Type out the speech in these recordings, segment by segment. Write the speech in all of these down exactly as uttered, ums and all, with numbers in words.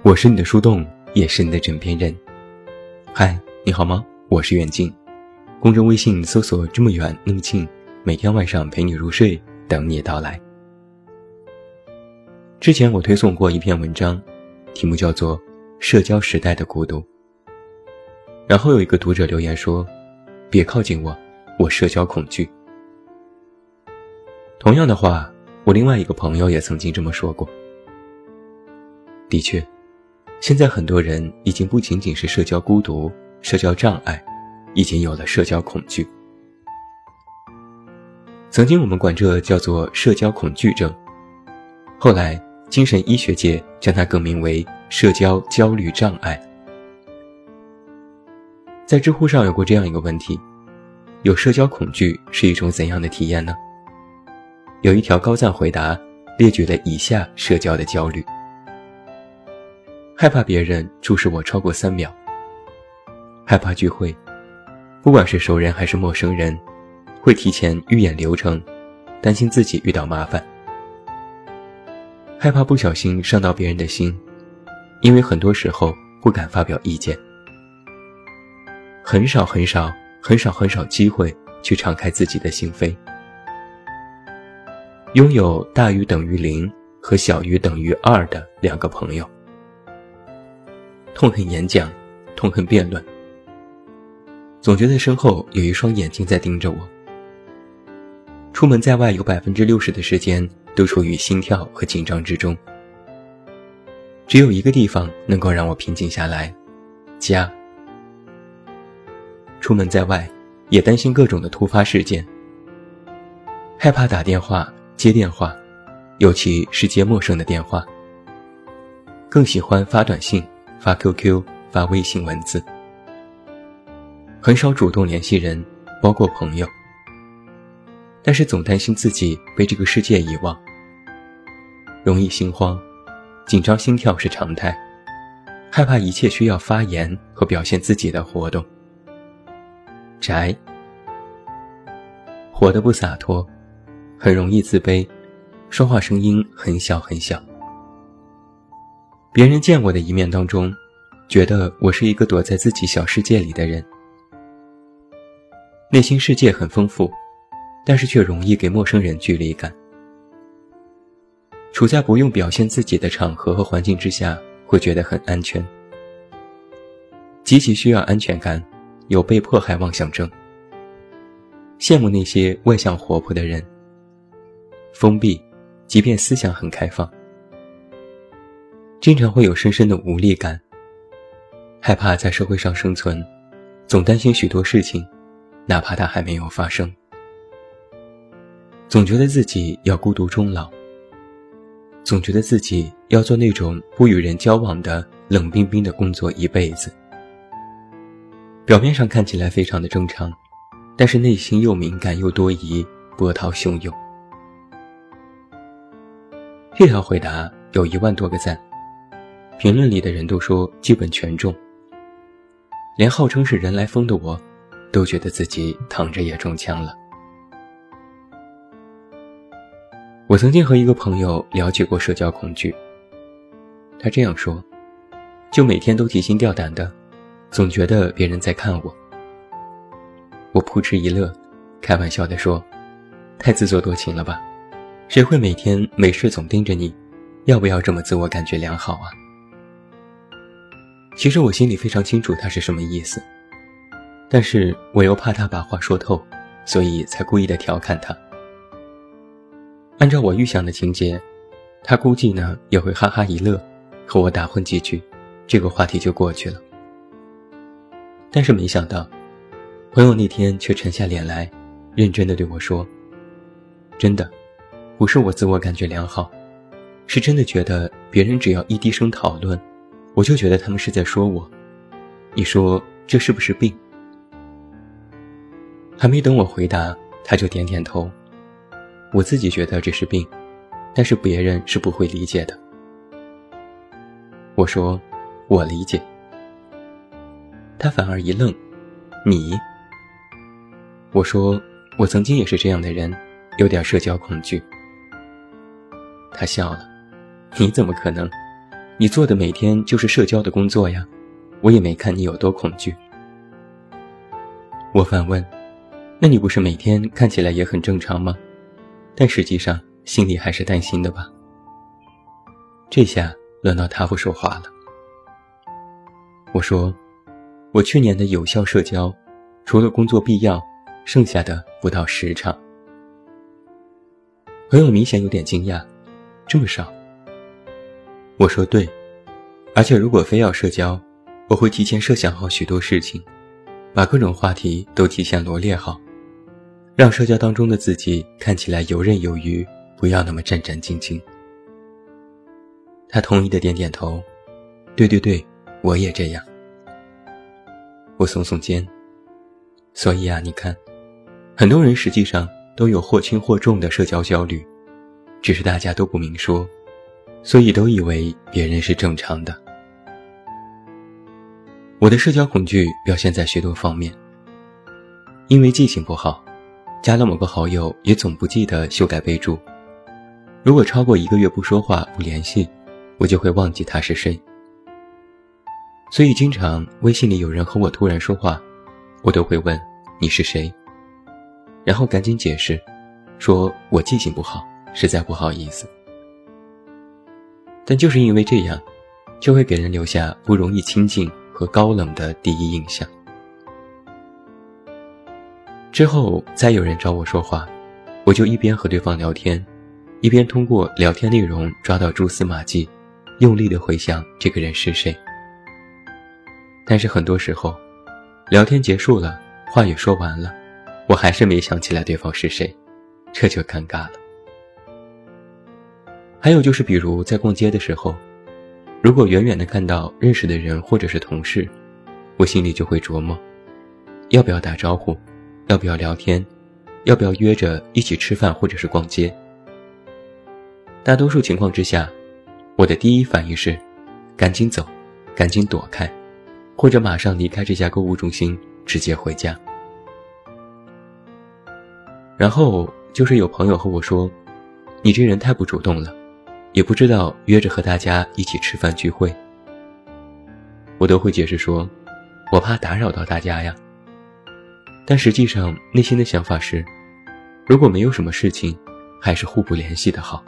我是你的树洞，也是你的枕边人。嗨，你好吗？我是远近，公众微信搜索这么远那么近，每天晚上陪你入睡，等你到来。之前我推送过一篇文章，题目叫做《社交时代的孤独》。然后有一个读者留言说，别靠近我，我社交恐惧。同样的话，我另外一个朋友也曾经这么说过。的确，现在很多人已经不仅仅是社交孤独、社交障碍，已经有了社交恐惧。曾经我们管这叫做社交恐惧症，后来精神医学界将它更名为社交焦虑障碍。在知乎上有过这样一个问题，有社交恐惧是一种怎样的体验呢？有一条高赞回答列举了以下社交的焦虑：害怕别人注视我超过三秒，害怕聚会，不管是熟人还是陌生人，会提前预演流程，担心自己遇到麻烦，害怕不小心伤到别人的心，因为很多时候不敢发表意见，很少很少很少很少机会去敞开自己的心扉，拥有大于等于零和小于等于二的两个朋友，痛恨演讲，痛恨辩论，总觉得身后有一双眼睛在盯着我。出门在外有 百分之六十 的时间都处于心跳和紧张之中。只有一个地方能够让我平静下来，家。出门在外也担心各种的突发事件，害怕打电话接电话，尤其是接陌生的电话，更喜欢发短信发 Q Q 发微信文字，很少主动联系人，包括朋友，但是总担心自己被这个世界遗忘，容易心慌，紧张心跳是常态，害怕一切需要发言和表现自己的活动。宅，活得不洒脱，很容易自卑，说话声音很小很小。别人见我的一面当中，觉得我是一个躲在自己小世界里的人，内心世界很丰富，但是却容易给陌生人距离感。处在不用表现自己的场合和环境之下，会觉得很安全。极其需要安全感，有被迫害妄想症。羡慕那些外向活泼的人，封闭，即便思想很开放。经常会有深深的无力感，害怕在社会上生存，总担心许多事情，哪怕它还没有发生。总觉得自己要孤独终老，总觉得自己要做那种不与人交往的冷冰冰的工作一辈子。表面上看起来非常的正常，但是内心又敏感又多疑，波涛汹涌。这条回答有一万多个赞，评论里的人都说基本全中，连号称是人来疯的我都觉得自己躺着也中枪了。我曾经和一个朋友了解过社交恐惧，他这样说，就每天都提心吊胆的，总觉得别人在看我。我扑哧一乐，开玩笑地说，太自作多情了吧，谁会每天没事总盯着你，要不要这么自我感觉良好啊？其实我心里非常清楚他是什么意思，但是我又怕他把话说透，所以才故意的调侃他。按照我预想的情节，他估计呢也会哈哈一乐，和我打混几句，这个话题就过去了。但是没想到，朋友那天却沉下脸来，认真地对我说，真的，不是我自我感觉良好，是真的觉得别人只要一低声讨论，我就觉得他们是在说我，你说这是不是病？还没等我回答，他就点点头。我自己觉得这是病，但是别人是不会理解的。我说，我理解。他反而一愣，你？我说，我曾经也是这样的人，有点社交恐惧。他笑了，你怎么可能？ 你做的每天就是社交的工作呀，我也没看你有多恐惧。我反问，那你不是每天看起来也很正常吗？但实际上心里还是担心的吧？这下轮到他不说话了。我说，我去年的有效社交，除了工作必要，剩下的不到十场。朋友明显有点惊讶，这么少？我说对，而且如果非要社交，我会提前设想好许多事情，把各种话题都提前罗列好，让社交当中的自己看起来游刃有余，不要那么战战兢兢。他同意的点点头，对对对，我也这样。我耸耸肩，所以啊，你看，很多人实际上都有或轻或重的社交焦虑，只是大家都不明说，所以都以为别人是正常的。我的社交恐惧表现在许多方面，因为记性不好，加了某个好友也总不记得修改备注，如果超过一个月不说话不联系，我就会忘记他是谁。所以经常微信里有人和我突然说话，我都会问你是谁，然后赶紧解释，说我记性不好，实在不好意思。但就是因为这样，就会给人留下不容易亲近和高冷的第一印象。之后再有人找我说话，我就一边和对方聊天，一边通过聊天内容抓到蛛丝马迹，用力地回想这个人是谁。但是很多时候，聊天结束了，话也说完了，我还是没想起来对方是谁，这就尴尬了。还有就是比如在逛街的时候，如果远远地看到认识的人或者是同事，我心里就会琢磨，要不要打招呼，要不要聊天，要不要约着一起吃饭或者是逛街。大多数情况之下，我的第一反应是赶紧走，赶紧躲开，或者马上离开这家购物中心，直接回家。然后就是有朋友和我说，你这人太不主动了，也不知道约着和大家一起吃饭聚会。我都会解释说，我怕打扰到大家呀。但实际上内心的想法是，如果没有什么事情，还是互不联系的好。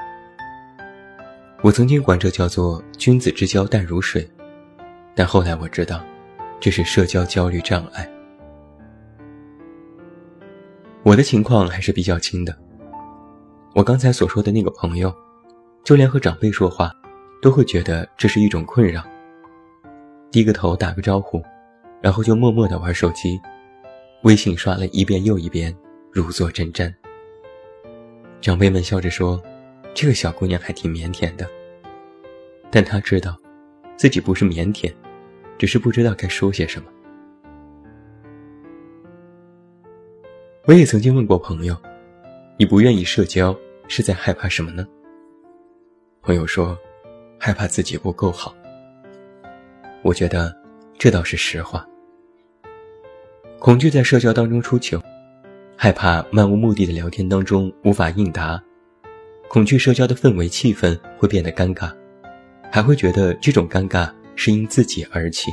我曾经管这叫做君子之交淡如水，但后来我知道，这是社交焦虑障碍。我的情况还是比较轻的。我刚才所说的那个朋友，就连和长辈说话，都会觉得这是一种困扰。低个头打个招呼，然后就默默地玩手机，微信刷了一遍又一遍，如坐针毡。长辈们笑着说，这个小姑娘还挺腼腆的。但她知道，自己不是腼腆，只是不知道该说些什么。我也曾经问过朋友，你不愿意社交，是在害怕什么呢？朋友说，害怕自己不够好。我觉得这倒是实话。恐惧在社交当中出糗，害怕漫无目的的聊天当中无法应答，恐惧社交的氛围气氛会变得尴尬，还会觉得这种尴尬是因自己而起，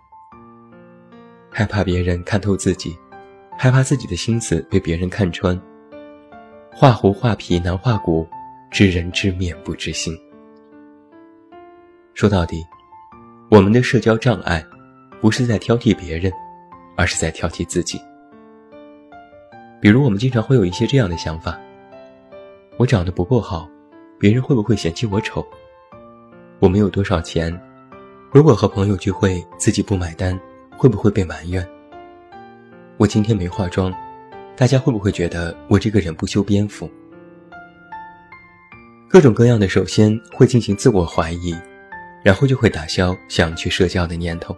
害怕别人看透自己，害怕自己的心思被别人看穿。画狐画皮难画骨，知人知面不知心。说到底，我们的社交障碍不是在挑剔别人，而是在挑剔自己。比如我们经常会有一些这样的想法，我长得不够好，别人会不会嫌弃我丑？我没有多少钱，如果和朋友聚会自己不买单，会不会被埋怨？我今天没化妆，大家会不会觉得我这个人不修边幅？各种各样的首先会进行自我怀疑，然后就会打消想去社交的念头。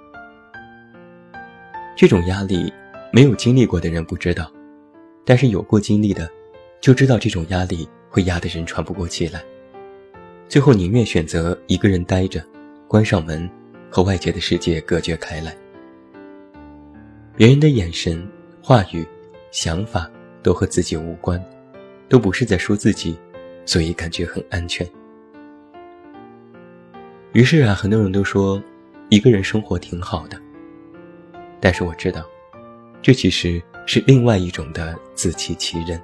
这种压力没有经历过的人不知道，但是有过经历的就知道这种压力会压得人喘不过气来，最后宁愿选择一个人待着，关上门，和外界的世界隔绝开来。别人的眼神、话语、想法都和自己无关，都不是在说自己，所以感觉很安全。 于是啊，很多人都说一个人生活挺好的，但是我知道，这其实是另外一种的自欺欺人。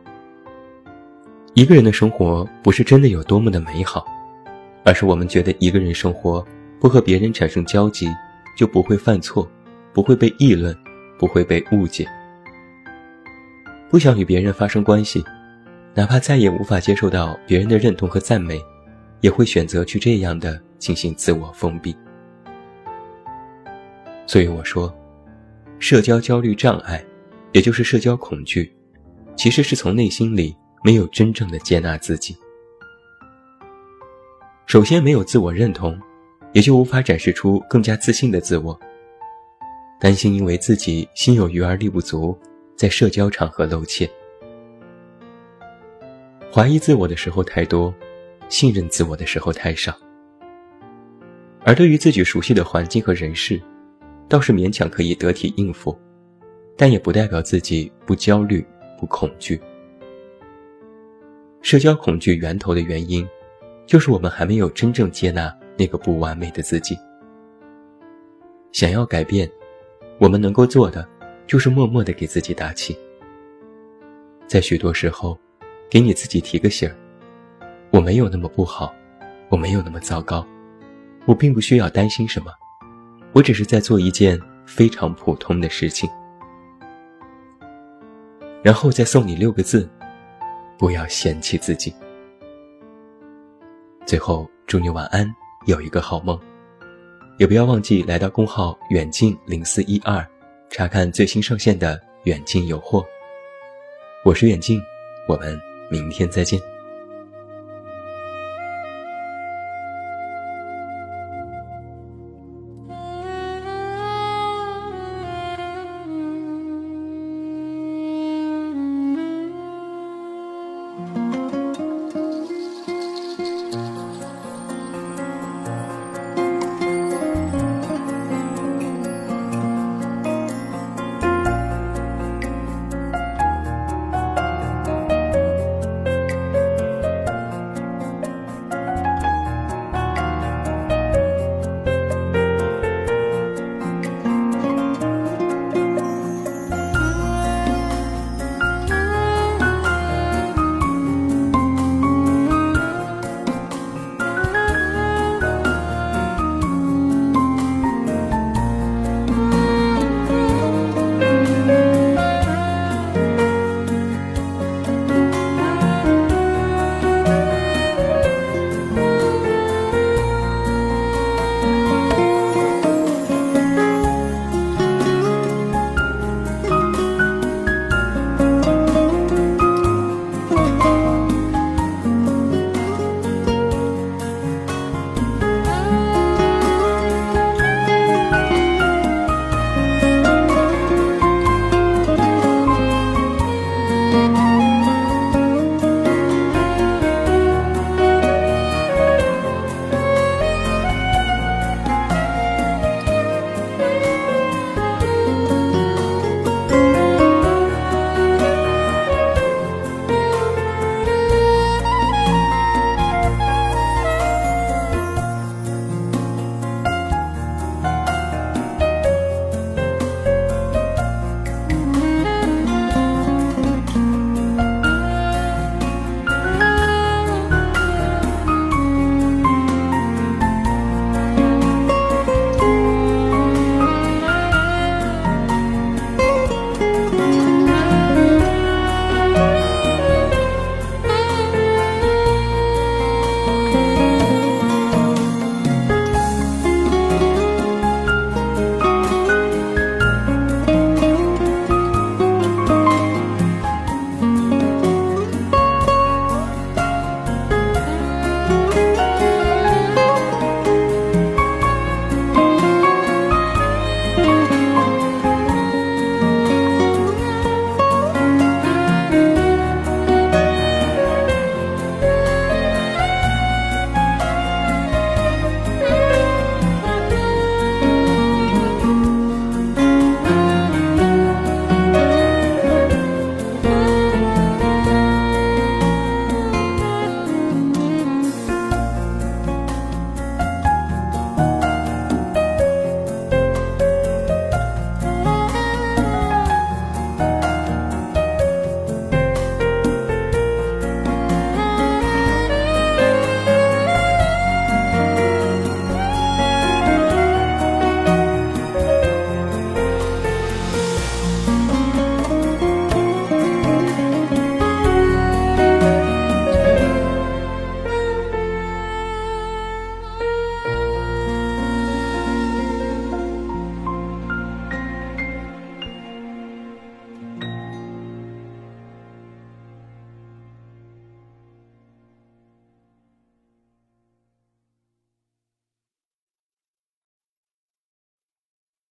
一个人的生活不是真的有多么的美好，而是我们觉得一个人生活不和别人产生交集，就不会犯错，不会被议论，不会被误解。不想与别人发生关系，哪怕再也无法接受到别人的认同和赞美，也会选择去这样的进行自我封闭。所以我说，社交焦虑障碍，也就是社交恐惧，其实是从内心里没有真正的接纳自己。首先没有自我认同，也就无法展示出更加自信的自我，担心因为自己心有余而力不足，在社交场合露怯。怀疑自我的时候太多，信任自我的时候太少。而对于自己熟悉的环境和人事，倒是勉强可以得体应付，但也不代表自己不焦虑、不恐惧。社交恐惧源头的原因，就是我们还没有真正接纳那个不完美的自己。想要改变，我们能够做的，就是默默地给自己打气。在许多时候，给你自己提个醒儿，我没有那么不好，我没有那么糟糕，我并不需要担心什么，我只是在做一件非常普通的事情。然后再送你六个字，不要嫌弃自己。最后祝你晚安，有一个好梦。也不要忘记来到公号远近零四一二查看最新上线的远近有货。我是远近，我们明天再见。